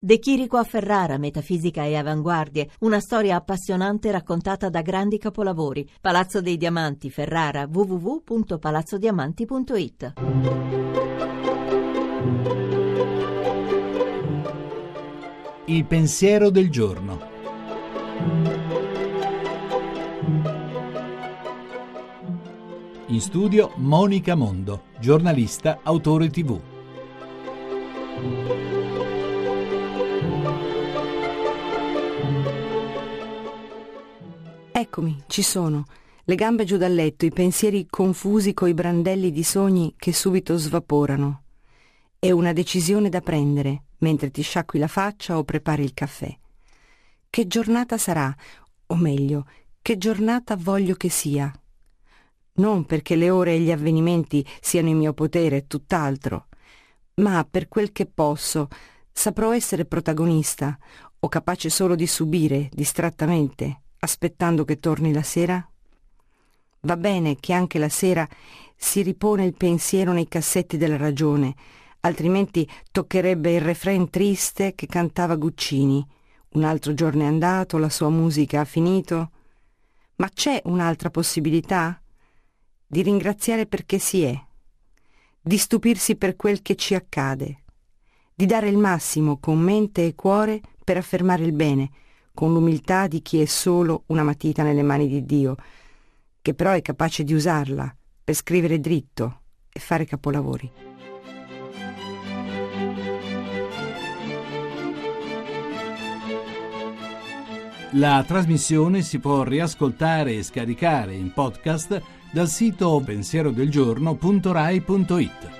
De Chirico a Ferrara, metafisica e avanguardie, una storia appassionante raccontata da grandi capolavori. Palazzo dei Diamanti, Ferrara, www.palazzodiamanti.it. Il pensiero del giorno. In studio Monica Mondo, giornalista, autore TV. Eccomi, ci sono, le gambe giù dal letto, i pensieri confusi coi brandelli di sogni che subito svaporano. È una decisione da prendere mentre ti sciacqui la faccia o prepari il caffè. Che giornata sarà, o meglio, che giornata voglio che sia? Non perché le ore e gli avvenimenti siano in mio potere, tutt'altro, ma per quel che posso, saprò essere protagonista o capace solo di subire distrattamente, aspettando che torni la sera? Va bene che anche la sera si ripone il pensiero nei cassetti della ragione, altrimenti toccherebbe il refrain triste che cantava Guccini. Un altro giorno è andato, la sua musica ha finito. Ma c'è un'altra possibilità? Di ringraziare perché si è, di stupirsi per quel che ci accade, di dare il massimo con mente e cuore per affermare il bene, con l'umiltà di chi è solo una matita nelle mani di Dio, che però è capace di usarla per scrivere dritto e fare capolavori. La trasmissione si può riascoltare e scaricare in podcast dal sito pensierodelgiorno.rai.it.